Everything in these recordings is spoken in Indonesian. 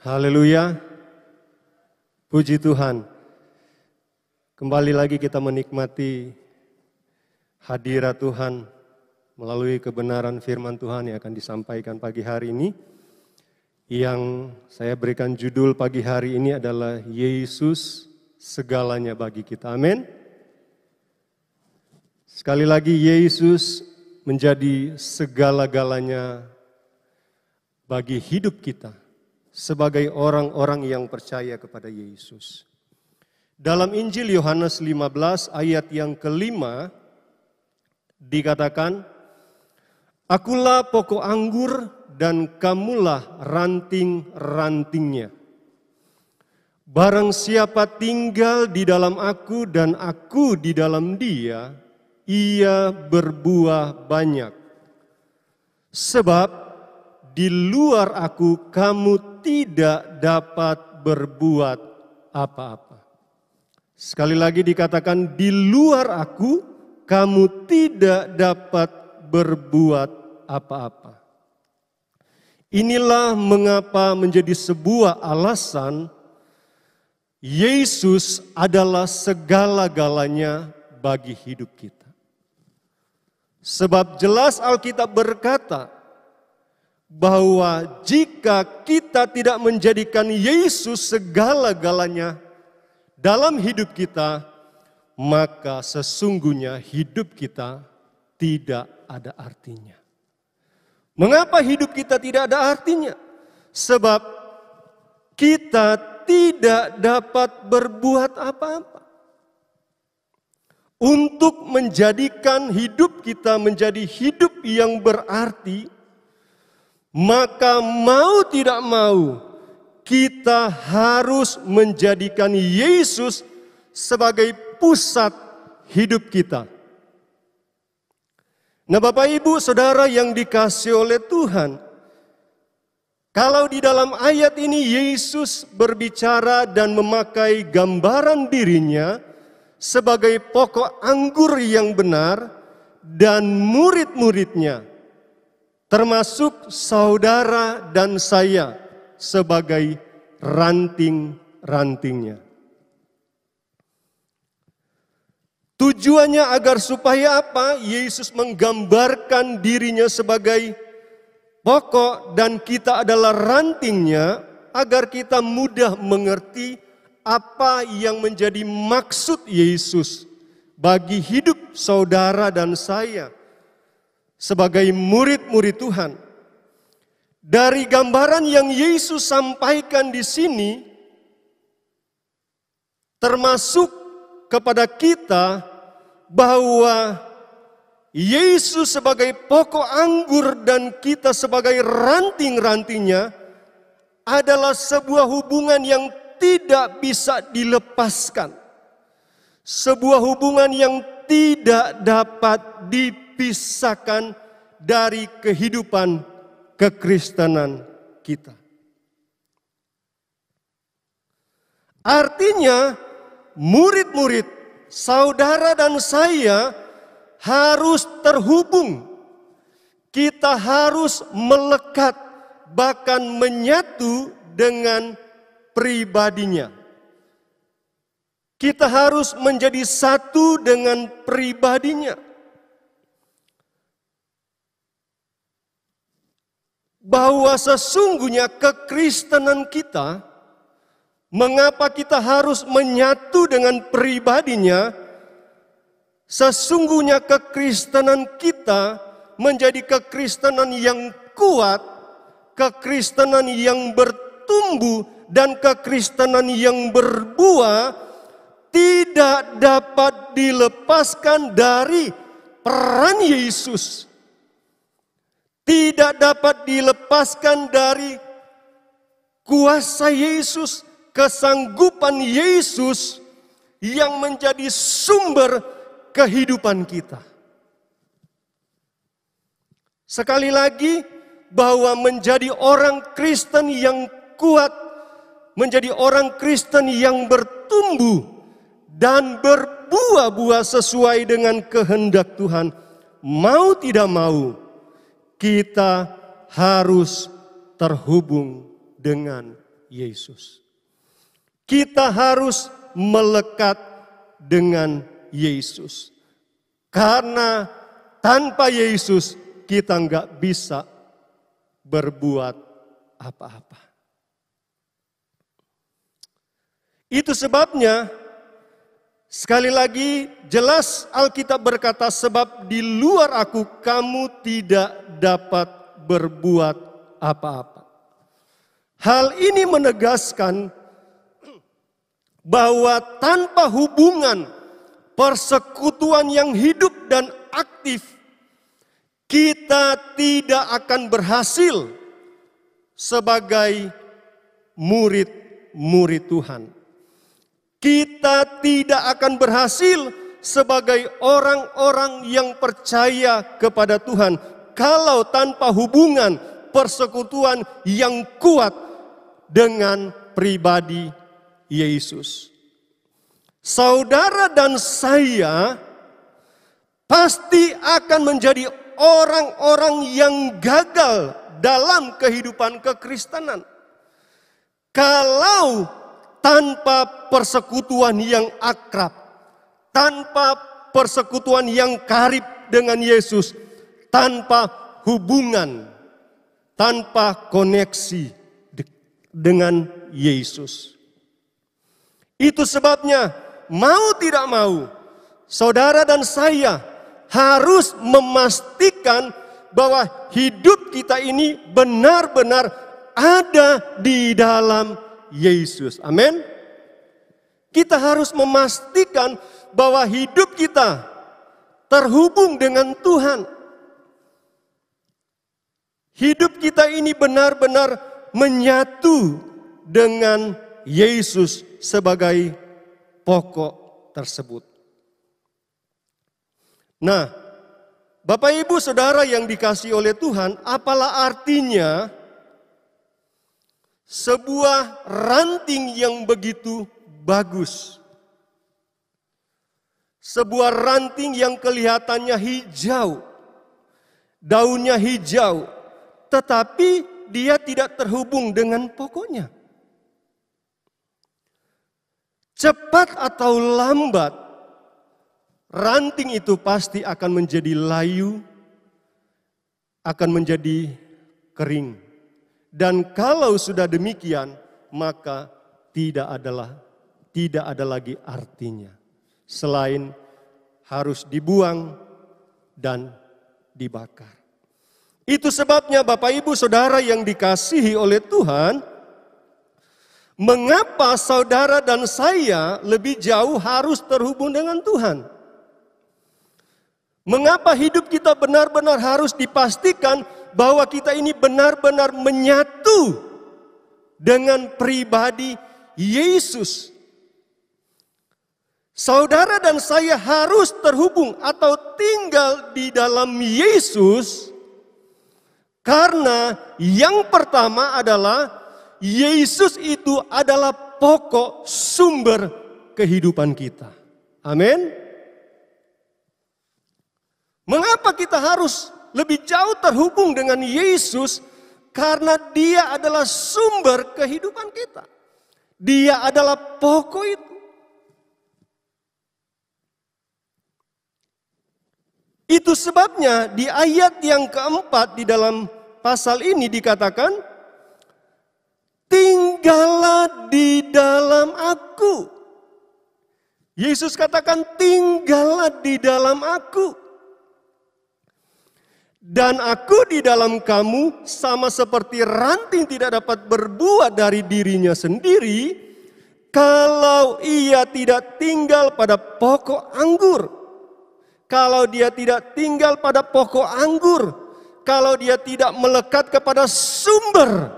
Haleluya, puji Tuhan. Kembali lagi kita menikmati hadirat Tuhan melalui kebenaran firman Tuhan yang akan disampaikan pagi hari ini. Yang saya berikan judul pagi hari ini adalah Yesus segalanya bagi kita. Amin. Sekali lagi, Yesus menjadi segala-galanya bagi hidup kita sebagai orang-orang yang percaya kepada Yesus. Dalam Injil Yohanes 15 ayat yang kelima dikatakan, "Akulah pokok anggur dan kamulah ranting-rantingnya. Barang siapa tinggal di dalam aku dan aku di dalam dia, ia berbuah banyak. Sebab di luar aku kamu tidak dapat berbuat apa-apa." Sekali lagi dikatakan, di luar aku kamu tidak dapat berbuat apa-apa. Inilah mengapa menjadi sebuah alasan Yesus adalah segala-galanya bagi hidup kita. Sebab jelas Alkitab berkata, bahwa jika kita tidak menjadikan Yesus segala-galanya dalam hidup kita, maka sesungguhnya hidup kita tidak ada artinya. Mengapa hidup kita tidak ada artinya? Sebab kita tidak dapat berbuat apa-apa. Untuk menjadikan hidup kita menjadi hidup yang berarti, maka mau tidak mau kita harus menjadikan Yesus sebagai pusat hidup kita. Nah, Bapak Ibu Saudara yang dikasihi oleh Tuhan, kalau di dalam ayat ini Yesus berbicara dan memakai gambaran dirinya sebagai pokok anggur yang benar dan murid-muridnya, termasuk saudara dan saya sebagai ranting-rantingnya. Tujuannya agar supaya apa? Yesus menggambarkan dirinya sebagai pokok dan kita adalah rantingnya, agar kita mudah mengerti apa yang menjadi maksud Yesus bagi hidup saudara dan saya sebagai murid-murid Tuhan. Dari gambaran yang Yesus sampaikan di sini, termasuk kepada kita bahwa Yesus sebagai pokok anggur dan kita sebagai ranting-rantingnya adalah sebuah hubungan yang tidak bisa dilepaskan. Sebuah hubungan yang tidak dapat dipisahkan dari kehidupan kekristenan kita. Artinya, murid-murid, saudara dan saya harus terhubung. Kita harus melekat, bahkan menyatu dengan pribadinya. Kita harus menjadi satu dengan pribadinya. Bahwa sesungguhnya kekristenan kita, mengapa kita harus menyatu dengan pribadinya? Sesungguhnya kekristenan kita menjadi kekristenan yang kuat, kekristenan yang bertumbuh, dan kekristenan yang berbuah, tidak dapat dilepaskan dari peran Yesus. Tidak dapat dilepaskan dari kuasa Yesus, kesanggupan Yesus yang menjadi sumber kehidupan kita. Sekali lagi, bahwa menjadi orang Kristen yang kuat, menjadi orang Kristen yang bertumbuh dan berbuah-buah sesuai dengan kehendak Tuhan, mau tidak mau, kita harus terhubung dengan Yesus. Kita harus melekat dengan Yesus. Karena tanpa Yesus kita nggak bisa berbuat apa-apa. Itu sebabnya sekali lagi jelas Alkitab berkata, sebab di luar aku kamu tidak dapat berbuat apa-apa. Hal ini menegaskan bahwa tanpa hubungan persekutuan yang hidup dan aktif, kita tidak akan berhasil sebagai murid-murid Tuhan. Kita tidak akan berhasil sebagai orang-orang yang percaya kepada Tuhan kalau tanpa hubungan persekutuan yang kuat dengan pribadi Yesus. Saudara dan saya pasti akan menjadi orang-orang yang gagal dalam kehidupan kekristenan kalau tanpa persekutuan yang akrab, tanpa persekutuan yang karib dengan Yesus, tanpa hubungan, tanpa koneksi dengan Yesus. Itu sebabnya mau tidak mau, saudara dan saya harus memastikan bahwa hidup kita ini benar-benar ada di dalam Yesus. Amin. Kita harus memastikan bahwa hidup kita terhubung dengan Tuhan. Hidup kita ini benar-benar menyatu dengan Yesus sebagai pokok tersebut. Nah, Bapak Ibu Saudara yang dikasihi oleh Tuhan, apalah artinya sebuah ranting yang begitu bagus. Sebuah ranting yang kelihatannya hijau, daunnya hijau, tetapi dia tidak terhubung dengan pokoknya. Cepat atau lambat, ranting itu pasti akan menjadi layu, akan menjadi kering. Dan kalau sudah demikian, maka tidak ada lagi artinya selain harus dibuang dan dibakar. Itu sebabnya Bapak Ibu Saudara yang dikasihi oleh Tuhan, mengapa saudara dan saya lebih jauh harus terhubung dengan Tuhan? Mengapa hidup kita benar-benar harus dipastikan bahwa kita ini benar-benar menyatu dengan pribadi Yesus? Saudara dan saya harus terhubung atau tinggal di dalam Yesus karena yang pertama adalah Yesus itu adalah pokok sumber kehidupan kita. Amin. Mengapa kita harus lebih jauh terhubung dengan Yesus? Karena dia adalah sumber kehidupan kita. Dia adalah pokok itu. Itu sebabnya di ayat yang keempat di dalam pasal ini dikatakan, tinggallah di dalam aku. Yesus katakan, tinggallah di dalam aku. Dan aku di dalam kamu sama seperti ranting tidak dapat berbuah dari dirinya sendiri kalau ia tidak tinggal pada pokok anggur. Kalau dia tidak tinggal pada pokok anggur, kalau dia tidak melekat kepada sumber.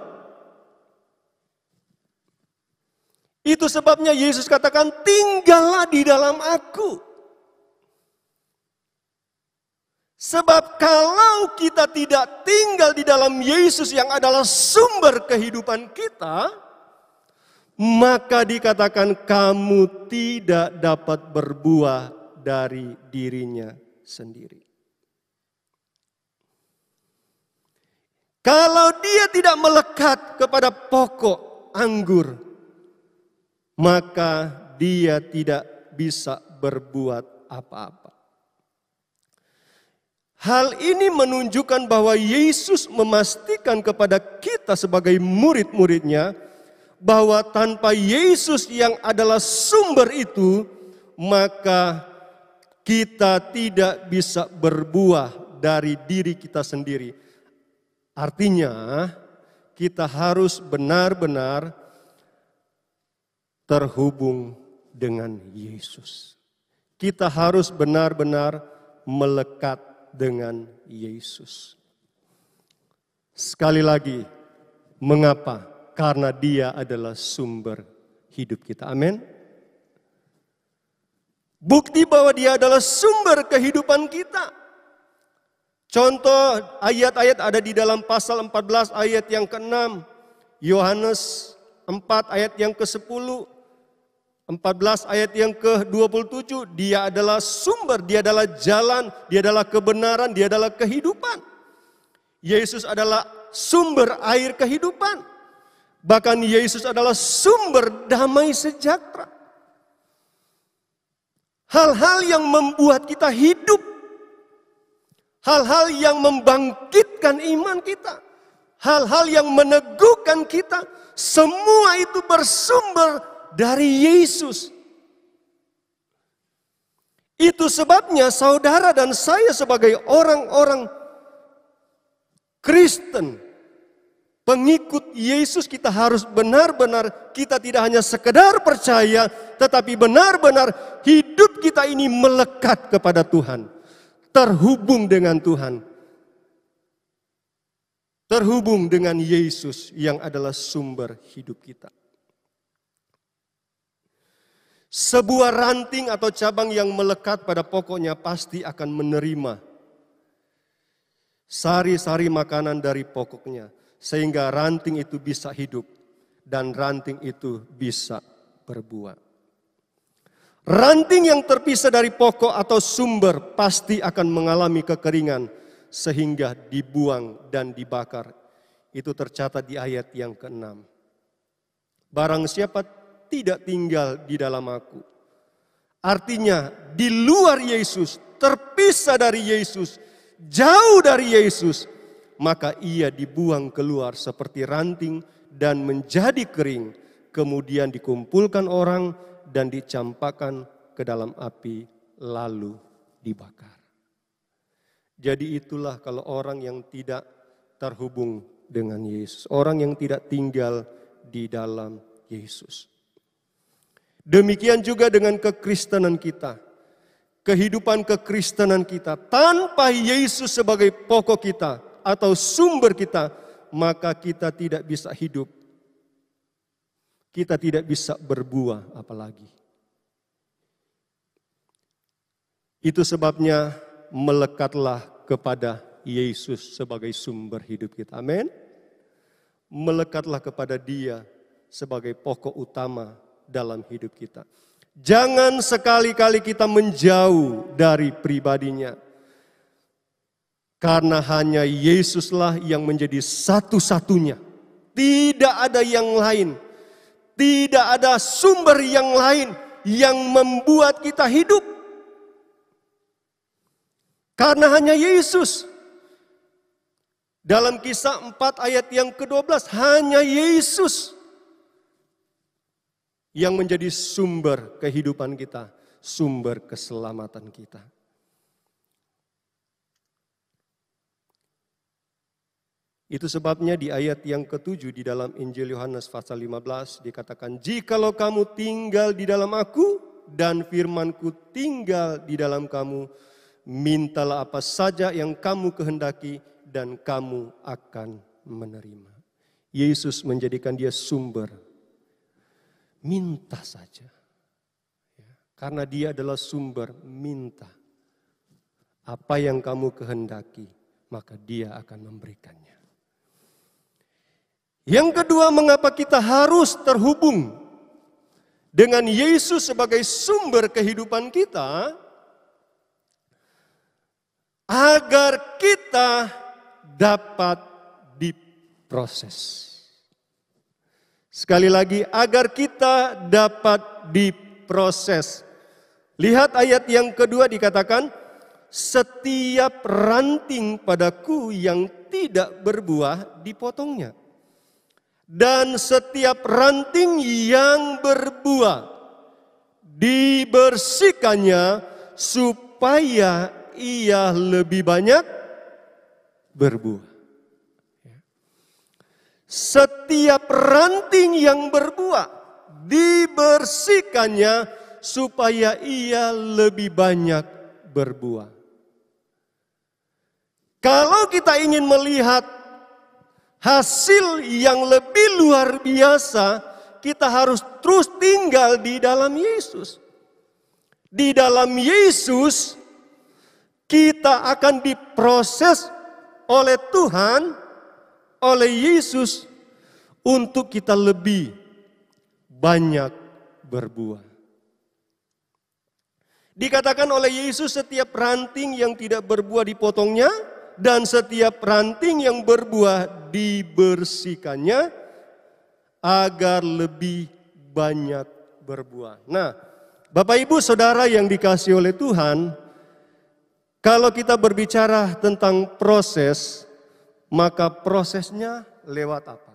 Itu sebabnya Yesus katakan, tinggallah di dalam aku. Sebab kalau kita tidak tinggal di dalam Yesus yang adalah sumber kehidupan kita, maka dikatakan kamu tidak dapat berbuah dari dirinya sendiri. Kalau dia tidak melekat kepada pokok, anggur, maka dia tidak bisa berbuat apa-apa. Hal ini menunjukkan bahwa Yesus memastikan kepada kita sebagai murid-muridnya bahwa tanpa Yesus yang adalah sumber itu, maka kita tidak bisa berbuah dari diri kita sendiri. Artinya, kita harus benar-benar terhubung dengan Yesus. Kita harus benar-benar melekat dengan Yesus. Sekali lagi, mengapa? Karena Dia adalah sumber hidup kita. Amin. Bukti bahwa Dia adalah sumber kehidupan kita. Contoh ayat-ayat ada di dalam pasal 14 ayat yang ke-6, Yohanes 4 ayat yang ke-10, 14 ayat yang ke-27, Dia adalah sumber, Dia adalah jalan, Dia adalah kebenaran, Dia adalah kehidupan. Yesus adalah sumber air kehidupan. Bahkan Yesus adalah sumber damai sejahtera. Hal-hal yang membuat kita hidup, hal-hal yang membangkitkan iman kita, hal-hal yang meneguhkan kita, semua itu bersumber dari Yesus. Itu sebabnya saudara dan saya sebagai orang-orang Kristen, pengikut Yesus, kita harus benar-benar, kita tidak hanya sekedar percaya, tetapi benar-benar hidup kita ini melekat kepada Tuhan. Terhubung dengan Tuhan. Terhubung dengan Yesus yang adalah sumber hidup kita. Sebuah ranting atau cabang yang melekat pada pokoknya pasti akan menerima sari-sari makanan dari pokoknya. Sehingga ranting itu bisa hidup dan ranting itu bisa berbuah. Ranting yang terpisah dari pokok atau sumber pasti akan mengalami kekeringan sehingga dibuang dan dibakar. Itu tercatat di ayat yang ke-6. Barang siapa tidak tinggal di dalam aku. Artinya di luar Yesus, terpisah dari Yesus, jauh dari Yesus, maka ia dibuang keluar seperti ranting dan menjadi kering, kemudian dikumpulkan orang dan dicampakkan ke dalam api lalu dibakar. Jadi itulah kalau orang yang tidak terhubung dengan Yesus, orang yang tidak tinggal di dalam Yesus. Demikian juga dengan kekristenan kita. Kehidupan kekristenan kita tanpa Yesus sebagai pokok kita atau sumber kita, maka kita tidak bisa hidup. Kita tidak bisa berbuah apalagi. Itu sebabnya melekatlah kepada Yesus sebagai sumber hidup kita. Amin. Melekatlah kepada Dia sebagai pokok utama dalam hidup kita. Jangan sekali-kali kita menjauh dari pribadinya. Karena hanya Yesuslah yang menjadi satu-satunya. Tidak ada yang lain. Tidak ada sumber yang lain yang membuat kita hidup. Karena hanya Yesus. Dalam Kisah 4 ayat yang ke-12, hanya Yesus yang menjadi sumber kehidupan kita, sumber keselamatan kita. Itu sebabnya di ayat yang ke-7 di dalam Injil Yohanes pasal 15 dikatakan, jikalau kamu tinggal di dalam aku dan firman-Ku tinggal di dalam kamu, mintalah apa saja yang kamu kehendaki dan kamu akan menerima. Yesus menjadikan Dia sumber. Minta saja. Karena Dia adalah sumber, minta. Apa yang kamu kehendaki, maka Dia akan memberikannya. Yang kedua, mengapa kita harus terhubung dengan Yesus sebagai sumber kehidupan kita? Agar kita dapat diproses. Sekali lagi, agar kita dapat diproses. Lihat ayat yang kedua dikatakan, setiap ranting padaku yang tidak berbuah dipotongnya. Dan setiap ranting yang berbuah dibersihkannya supaya ia lebih banyak berbuah. Setiap ranting yang berbuah dibersihkannya supaya ia lebih banyak berbuah. Kalau kita ingin melihat hasil yang lebih luar biasa, kita harus terus tinggal di dalam Yesus. Di dalam Yesus kita akan diproses oleh Tuhan, oleh Yesus, untuk kita lebih banyak berbuah. Dikatakan oleh Yesus, setiap ranting yang tidak berbuah dipotongnya, dan setiap ranting yang berbuah dibersihkannya, agar lebih banyak berbuah. Nah, Bapak Ibu Saudara yang dikasihi oleh Tuhan, kalau kita berbicara tentang proses, maka prosesnya lewat apa?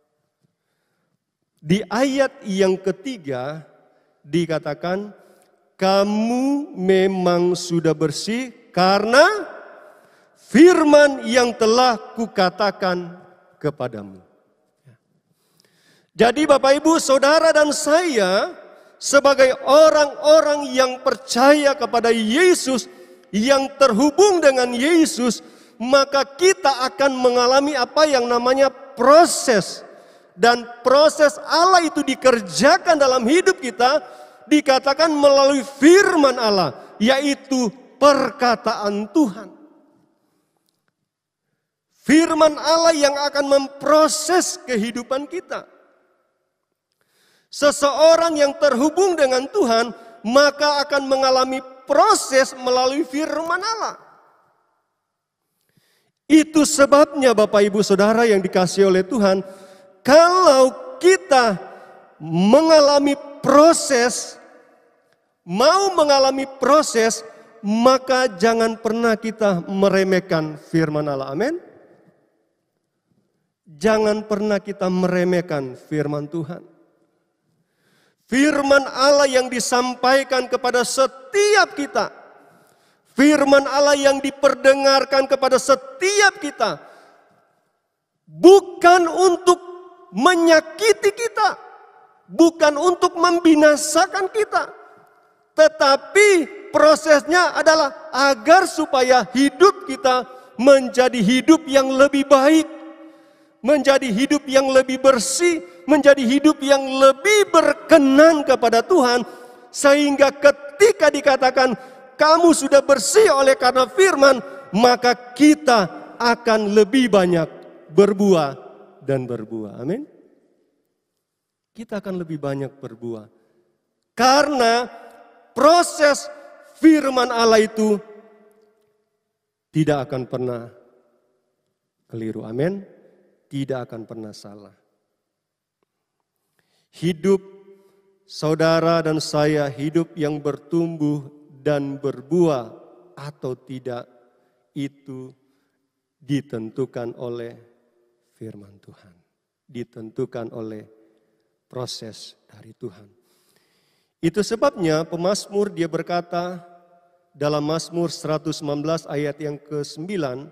Di ayat yang ketiga dikatakan, kamu memang sudah bersih karena firman yang telah kukatakan kepadamu. Jadi Bapak Ibu Saudara dan saya sebagai orang-orang yang percaya kepada Yesus, yang terhubung dengan Yesus, maka kita akan mengalami apa yang namanya proses. Dan proses Allah itu dikerjakan dalam hidup kita, dikatakan melalui firman Allah, yaitu perkataan Tuhan. Firman Allah yang akan memproses kehidupan kita. Seseorang yang terhubung dengan Tuhan, maka akan mengalami proses melalui firman Allah. Itu sebabnya Bapak Ibu Saudara yang dikasihi oleh Tuhan, kalau kita mengalami proses, mau mengalami proses, maka jangan pernah kita meremehkan firman Allah. Amin. Jangan pernah kita meremehkan firman Tuhan. Firman Allah yang disampaikan kepada setiap kita. Firman Allah yang diperdengarkan kepada setiap kita. Bukan untuk menyakiti kita. Bukan untuk membinasakan kita. Tetapi prosesnya adalah agar supaya hidup kita menjadi hidup yang lebih baik. Menjadi hidup yang lebih bersih, menjadi hidup yang lebih berkenan kepada Tuhan. Sehingga ketika dikatakan kamu sudah bersih oleh karena firman, maka kita akan lebih banyak berbuah dan berbuah. Amin. Kita akan lebih banyak berbuah. Karena proses firman Allah itu tidak akan pernah keliru. Amin. Tidak akan pernah salah. Hidup saudara dan saya, hidup yang bertumbuh dan berbuah atau tidak, itu ditentukan oleh firman Tuhan. Ditentukan oleh proses dari Tuhan. Itu sebabnya pemazmur dia berkata dalam Mazmur 119 ayat yang ke-9,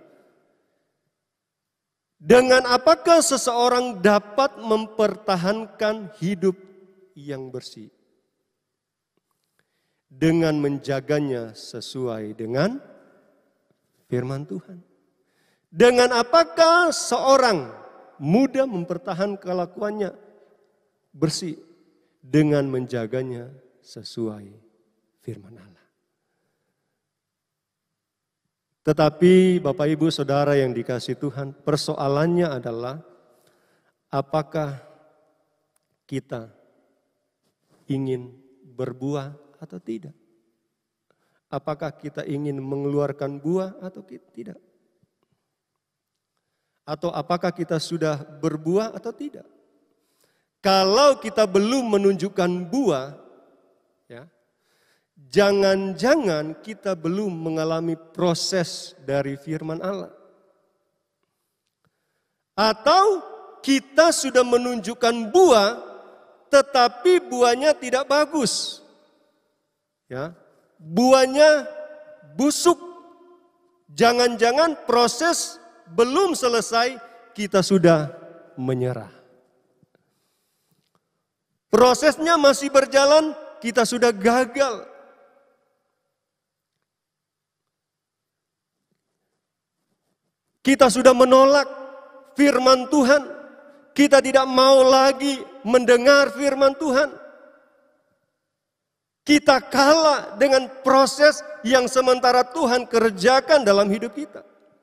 dengan apakah seseorang dapat mempertahankan hidup yang bersih? Dengan menjaganya sesuai dengan firman Tuhan. Dengan apakah seorang mudah mempertahankan kelakuannya bersih? Dengan menjaganya sesuai firman Allah. Tetapi Bapak Ibu Saudara yang dikasihi Tuhan, persoalannya adalah apakah kita ingin berbuah atau tidak? Apakah kita ingin mengeluarkan buah atau tidak? Atau apakah kita sudah berbuah atau tidak? Kalau kita belum menunjukkan buah, ya, jangan-jangan kita belum mengalami proses dari firman Allah. Atau kita sudah menunjukkan buah, tetapi buahnya tidak bagus. Ya, buahnya busuk. Jangan-jangan proses belum selesai, kita sudah menyerah. Prosesnya masih berjalan, kita sudah gagal. Kita sudah menolak firman Tuhan. Kita tidak mau lagi mendengar firman Tuhan. Kita kalah dengan proses yang sementara Tuhan kerjakan dalam hidup kita.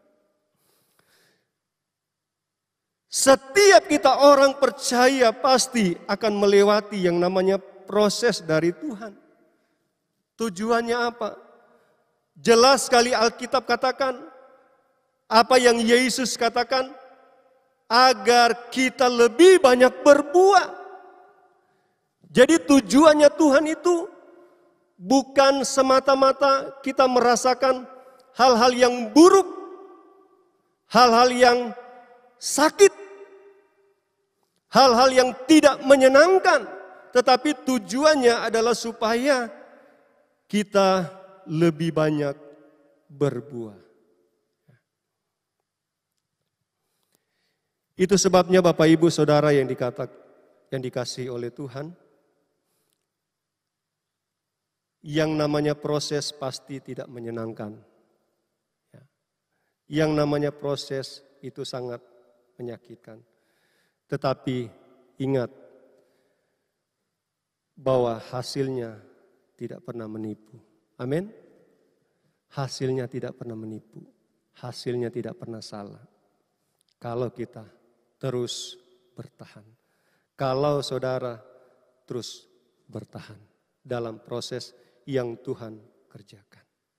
Setiap kita orang percaya pasti akan melewati yang namanya proses dari Tuhan. Tujuannya apa? Jelas sekali Alkitab katakan, apa yang Yesus katakan, agar kita lebih banyak berbuah. Jadi tujuannya Tuhan itu bukan semata-mata kita merasakan hal-hal yang buruk, hal-hal yang sakit, hal-hal yang tidak menyenangkan, tetapi tujuannya adalah supaya kita lebih banyak berbuah. Itu sebabnya Bapak Ibu Saudara yang dikasihi oleh Tuhan, yang namanya proses pasti tidak menyenangkan. Yang namanya proses itu sangat menyakitkan. Tetapi ingat bahwa hasilnya tidak pernah menipu. Amin. Hasilnya tidak pernah menipu. Hasilnya tidak pernah salah. Kalau kita terus bertahan. Kalau saudara terus bertahan dalam proses yang Tuhan kerjakan.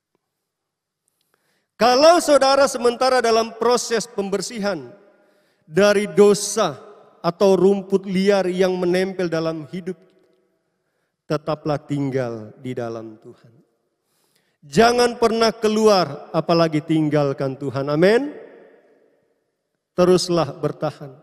Kalau saudara sementara dalam proses pembersihan dari dosa atau rumput liar yang menempel dalam hidup, tetaplah tinggal di dalam Tuhan. Jangan pernah keluar, apalagi tinggalkan Tuhan. Amin. Teruslah bertahan.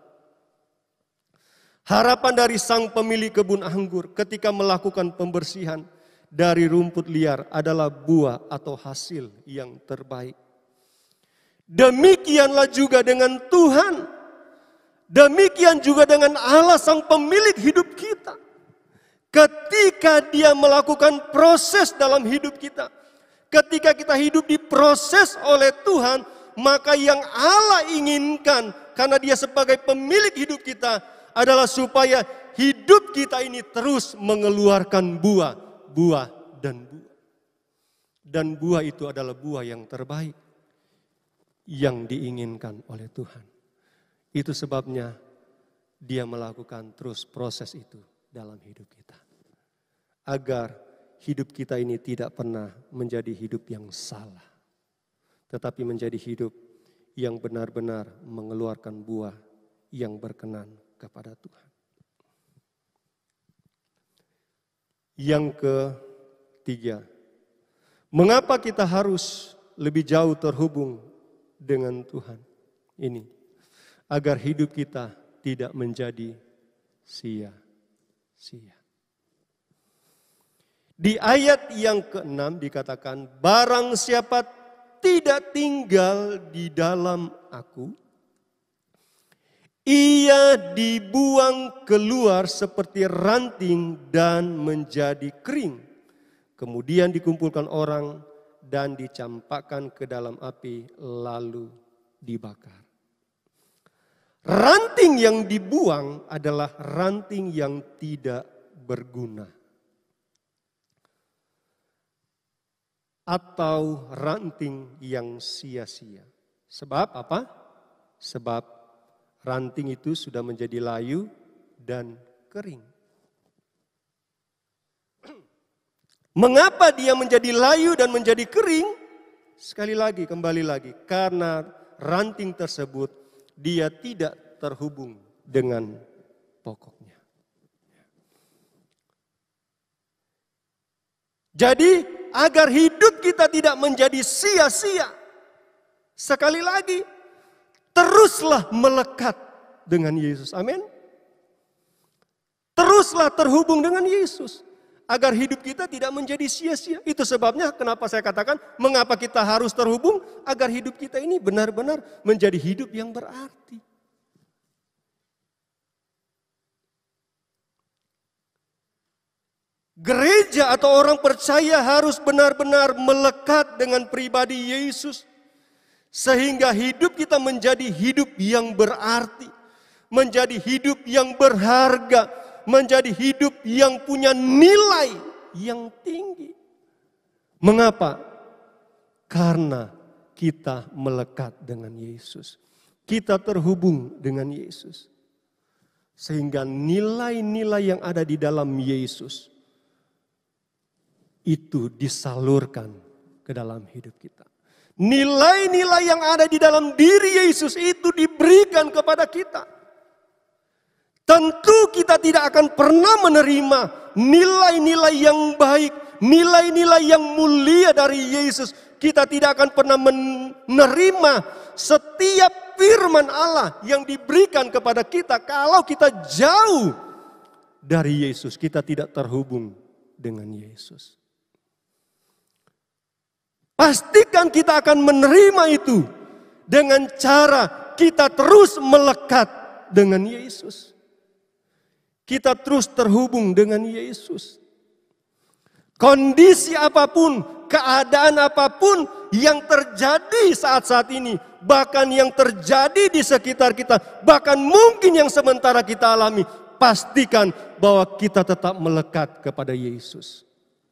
Harapan dari sang pemilik kebun anggur ketika melakukan pembersihan dari rumput liar adalah buah atau hasil yang terbaik. Demikianlah juga dengan Tuhan. Demikian juga dengan Allah sang pemilik hidup kita. Ketika Dia melakukan proses dalam hidup kita, ketika kita hidup diproses oleh Tuhan, maka yang Allah inginkan karena Dia sebagai pemilik hidup kita adalah supaya hidup kita ini terus mengeluarkan buah, dan buah. Dan buah itu adalah buah yang terbaik yang diinginkan oleh Tuhan. Itu sebabnya Dia melakukan terus proses itu dalam hidup kita. Agar hidup kita ini tidak pernah menjadi hidup yang salah. Tetapi menjadi hidup yang benar-benar mengeluarkan buah yang berkenan kepada Tuhan. Yang ketiga, mengapa kita harus lebih jauh terhubung dengan Tuhan? Ini, agar hidup kita tidak menjadi sia-sia. Di ayat yang ke-6 dikatakan, barang siapa tidak tinggal di dalam aku, ia dibuang keluar seperti ranting dan menjadi kering. Kemudian dikumpulkan orang dan dicampakkan ke dalam api lalu dibakar. Ranting yang dibuang adalah ranting yang tidak berguna. Atau ranting yang sia-sia. Sebab apa? Sebab ranting itu sudah menjadi layu dan kering. Mengapa dia menjadi layu dan menjadi kering? Sekali lagi, kembali lagi. Karena ranting tersebut dia tidak terhubung dengan pokoknya. Jadi agar hidup kita tidak menjadi sia-sia. Sekali lagi, teruslah melekat dengan Yesus. Amin. Teruslah terhubung dengan Yesus. Agar hidup kita tidak menjadi sia-sia. Itu sebabnya kenapa saya katakan, mengapa kita harus terhubung? Agar hidup kita ini benar-benar menjadi hidup yang berarti. Gereja atau orang percaya harus benar-benar melekat dengan pribadi Yesus. Sehingga hidup kita menjadi hidup yang berarti. Menjadi hidup yang berharga. Menjadi hidup yang punya nilai yang tinggi. Mengapa? Karena kita melekat dengan Yesus. Kita terhubung dengan Yesus. Sehingga nilai-nilai yang ada di dalam Yesus itu disalurkan ke dalam hidup kita. Nilai-nilai yang ada di dalam diri Yesus itu diberikan kepada kita. Tentu kita tidak akan pernah menerima nilai-nilai yang baik, nilai-nilai yang mulia dari Yesus. Kita tidak akan pernah menerima setiap firman Allah yang diberikan kepada kita kalau kita jauh dari Yesus. Kita tidak terhubung dengan Yesus. Pastikan kita akan menerima itu dengan cara kita terus melekat dengan Yesus. Kita terus terhubung dengan Yesus. Kondisi apapun, keadaan apapun yang terjadi saat-saat ini, bahkan yang terjadi di sekitar kita, bahkan mungkin yang sementara kita alami, pastikan bahwa kita tetap melekat kepada Yesus.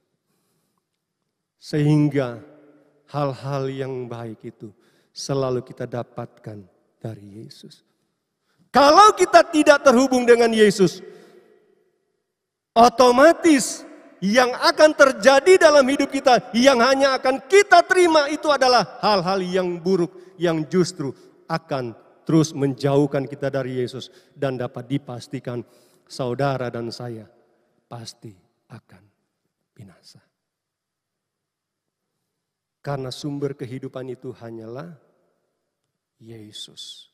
Sehingga hal-hal yang baik itu selalu kita dapatkan dari Yesus. Kalau kita tidak terhubung dengan Yesus, otomatis yang akan terjadi dalam hidup kita, yang hanya akan kita terima itu adalah hal-hal yang buruk, yang justru akan terus menjauhkan kita dari Yesus. Dan dapat dipastikan saudara dan saya pasti akan binasa. Karena sumber kehidupan itu hanyalah Yesus.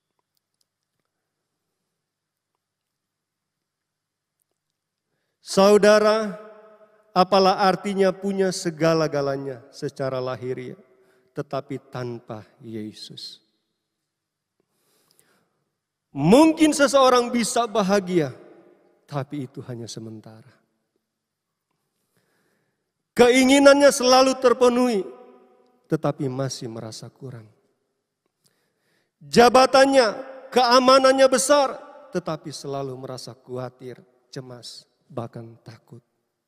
Saudara, apalah artinya punya segala-galanya secara lahiriah, tetapi tanpa Yesus. Mungkin seseorang bisa bahagia, tapi itu hanya sementara. Keinginannya selalu terpenuhi, tetapi masih merasa kurang. Jabatannya, keamanannya besar, tetapi selalu merasa khawatir, cemas, bahkan takut.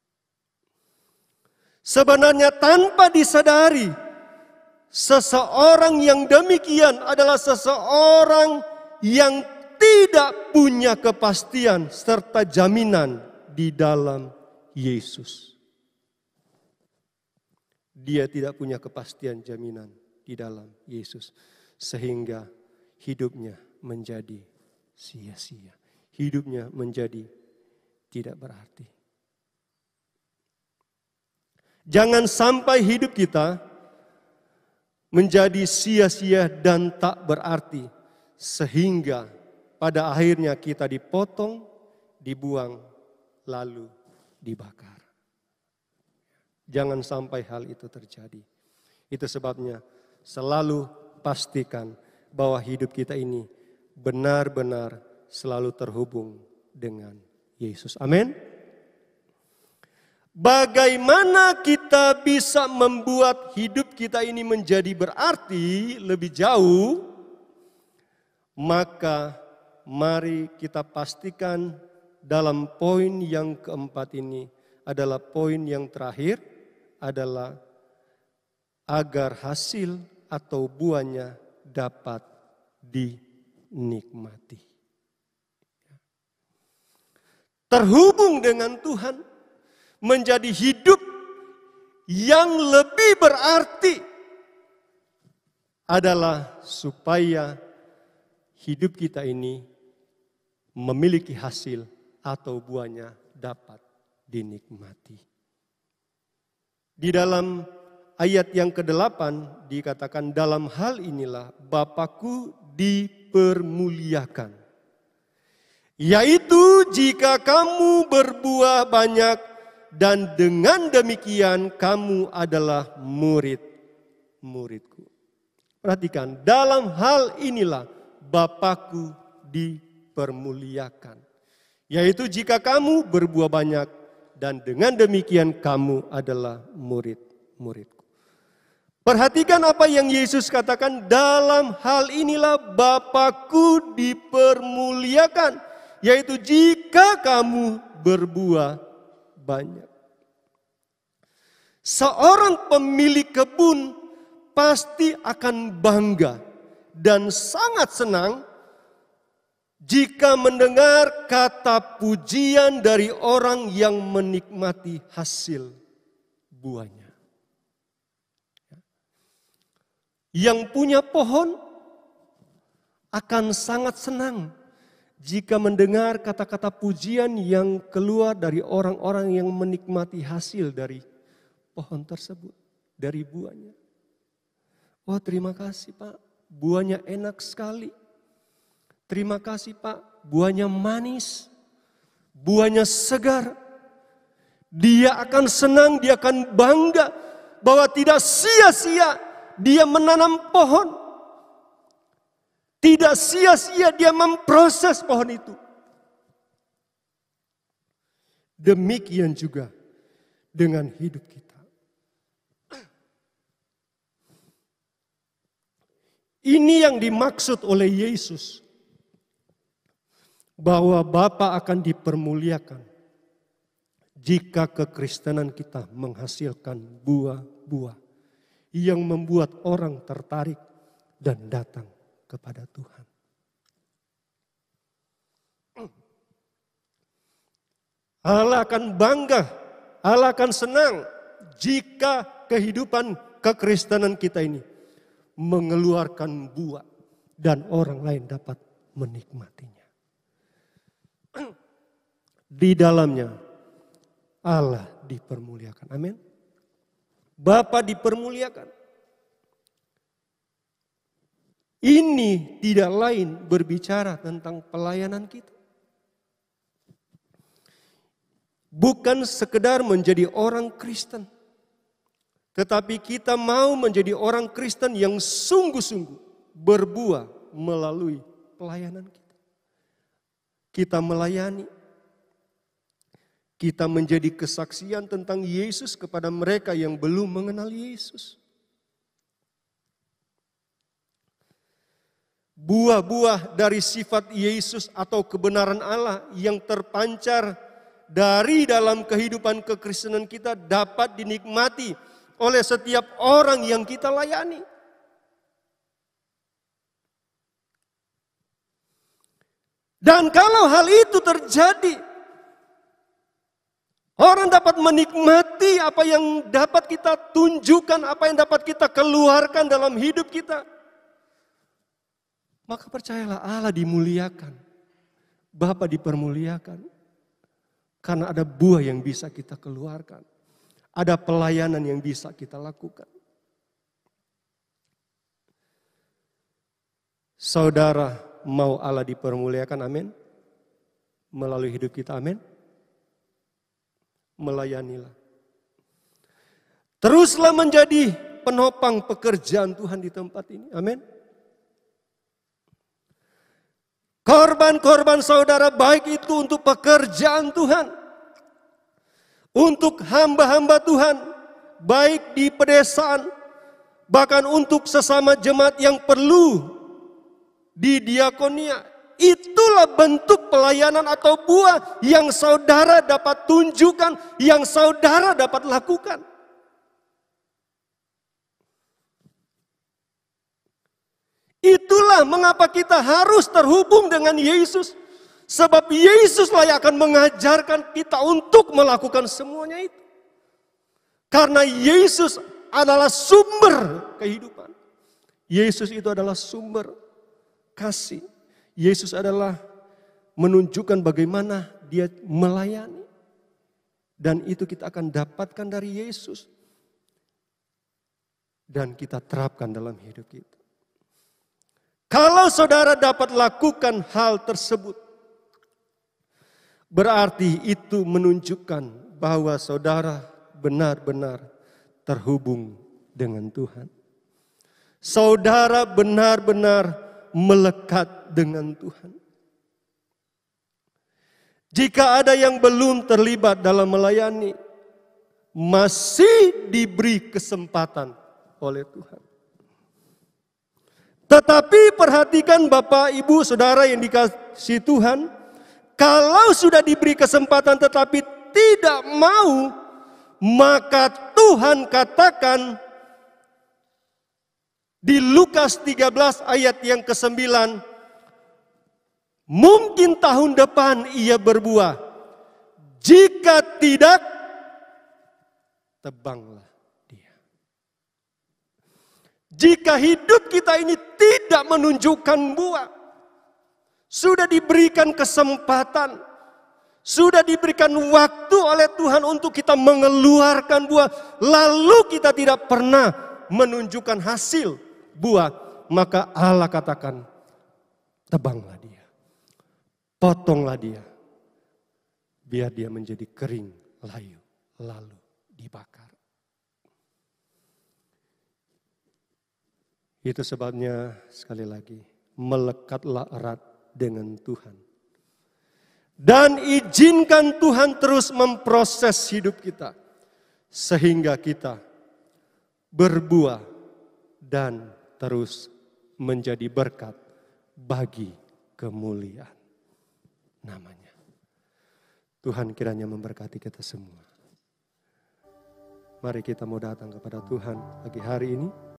Sebenarnya tanpa disadari, seseorang yang demikian adalah seseorang yang tidak punya kepastian serta jaminan di dalam Yesus. Dia tidak punya kepastian jaminan di dalam Yesus. Sehingga hidupnya menjadi sia-sia. Hidupnya menjadi tidak berarti. Jangan sampai hidup kita menjadi sia-sia dan tak berarti. Sehingga pada akhirnya kita dipotong, dibuang, lalu dibakar. Jangan sampai hal itu terjadi. Itu sebabnya selalu pastikan bahwa hidup kita ini benar-benar selalu terhubung dengan Yesus. Amin. Bagaimana kita bisa membuat hidup kita ini menjadi berarti lebih jauh? Maka mari kita pastikan dalam poin yang keempat ini adalah poin yang terakhir adalah agar hasil atau buahnya dapat dinikmati. Terhubung dengan Tuhan menjadi hidup yang lebih berarti adalah supaya hidup kita ini memiliki hasil atau buahnya dapat dinikmati. Di dalam ayat yang ke-8 dikatakan, dalam hal inilah Bapakku dipermuliakan, yaitu jika kamu berbuah banyak dan dengan demikian kamu adalah murid-muridku. Perhatikan, dalam hal inilah Bapakku dipermuliakan, yaitu jika kamu berbuah banyak dan dengan demikian kamu adalah murid-muridku. Perhatikan apa yang Yesus katakan, dalam hal inilah Bapakku dipermuliakan, yaitu jika kamu berbuah banyak. Seorang pemilik kebun pasti akan bangga dan sangat senang jika mendengar kata pujian dari orang yang menikmati hasil buahnya. Yang punya pohon akan sangat senang jika mendengar kata-kata pujian yang keluar dari orang-orang yang menikmati hasil dari pohon tersebut, dari buahnya. Oh, terima kasih Pak, buahnya enak sekali. Terima kasih Pak, buahnya manis, buahnya segar. Dia akan senang, dia akan bangga bahwa tidak sia-sia dia menanam pohon. Tidak sia-sia dia memproses pohon itu. Demikian juga dengan hidup kita. Ini yang dimaksud oleh Yesus, bahwa Bapa akan dipermuliakan jika kekristenan kita menghasilkan buah-buah yang membuat orang tertarik dan datang kepada Tuhan. Allah akan bangga, Allah akan senang jika kehidupan kekristenan kita ini mengeluarkan buah dan orang lain dapat menikmatinya. Di dalamnya Allah dipermuliakan. Amin. Bapa dipermuliakan. Ini tidak lain berbicara tentang pelayanan kita. Bukan sekedar menjadi orang Kristen, tetapi kita mau menjadi orang Kristen yang sungguh-sungguh berbuah melalui pelayanan kita. Kita melayani, kita menjadi kesaksian tentang Yesus kepada mereka yang belum mengenal Yesus. Buah-buah dari sifat Yesus atau kebenaran Allah yang terpancar dari dalam kehidupan kekristenan kita dapat dinikmati oleh setiap orang yang kita layani. Dan kalau hal itu terjadi, orang dapat menikmati apa yang dapat kita tunjukkan, apa yang dapat kita keluarkan dalam hidup kita. Maka percayalah, Allah dimuliakan, Bapa dipermuliakan. Karena ada buah yang bisa kita keluarkan. Ada pelayanan yang bisa kita lakukan. Saudara mau Allah dipermuliakan, amin? Melalui hidup kita, amin? Melayanilah. Teruslah menjadi penopang pekerjaan Tuhan di tempat ini, amin? Korban-korban saudara baik itu untuk pekerjaan Tuhan. Untuk hamba-hamba Tuhan, baik di pedesaan, bahkan untuk sesama jemaat yang perlu di diakonia. Itulah bentuk pelayanan atau buah yang saudara dapat tunjukkan, yang saudara dapat lakukan. Itulah mengapa kita harus terhubung dengan Yesus. Sebab Yesuslah yang akan mengajarkan kita untuk melakukan semuanya itu. Karena Yesus adalah sumber kehidupan. Yesus itu adalah sumber kasih. Yesus adalah menunjukkan bagaimana dia melayani. Dan itu kita akan dapatkan dari Yesus. dan kita terapkan dalam hidup kita. Kalau saudara dapat lakukan hal tersebut, berarti itu menunjukkan bahwa saudara benar-benar terhubung dengan Tuhan. Saudara benar-benar melekat dengan Tuhan. Jika ada yang belum terlibat dalam melayani, masih diberi kesempatan oleh Tuhan. Tetapi perhatikan Bapak, Ibu, Saudara yang dikasihi Tuhan, kalau sudah diberi kesempatan tetapi tidak mau, maka Tuhan katakan di Lukas 13 ayat yang ke-9, mungkin tahun depan ia berbuah. Jika tidak, tebanglah dia. Jika hidup kita ini tidak menunjukkan buah, sudah diberikan kesempatan, sudah diberikan waktu oleh Tuhan untuk kita mengeluarkan buah, lalu kita tidak pernah menunjukkan hasil buah, maka Allah katakan, tebanglah dia, potonglah dia, biar dia menjadi kering, layu, lalu dibakar. Itu sebabnya sekali lagi, melekatlah erat dengan Tuhan. Dan izinkan Tuhan terus memproses hidup kita. Sehingga kita berbuah dan terus menjadi berkat bagi kemuliaan namanya. Tuhan kiranya memberkati kita semua. Mari kita mau datang kepada Tuhan pagi hari ini.